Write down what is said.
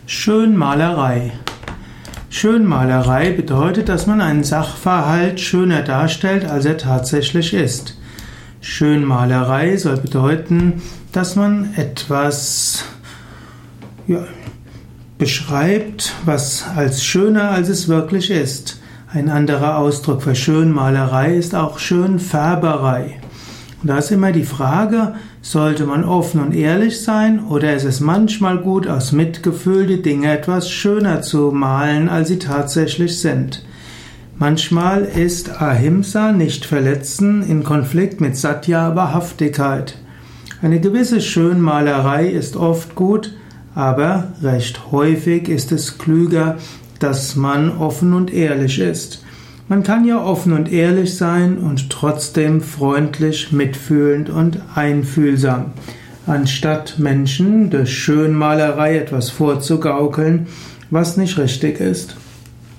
Schönmalerei. Schönmalerei bedeutet, dass man einen Sachverhalt schöner darstellt, als er tatsächlich ist. Schönmalerei soll bedeuten, dass man etwas beschreibt, was als schöner, als es wirklich ist. Ein anderer Ausdruck für Schönmalerei ist auch Schönfärberei. Und da ist immer die Frage, sollte man offen und ehrlich sein oder ist es manchmal gut, aus Mitgefühl die Dinge etwas schöner zu malen, als sie tatsächlich sind. Manchmal ist Ahimsa, nicht verletzen, in Konflikt mit Satya, Wahrhaftigkeit. Eine gewisse Schönmalerei ist oft gut, aber recht häufig ist es klüger, dass man offen und ehrlich ist. Man kann ja offen und ehrlich sein und trotzdem freundlich, mitfühlend und einfühlsam, anstatt Menschen durch Schönmalerei etwas vorzugaukeln, was nicht richtig ist.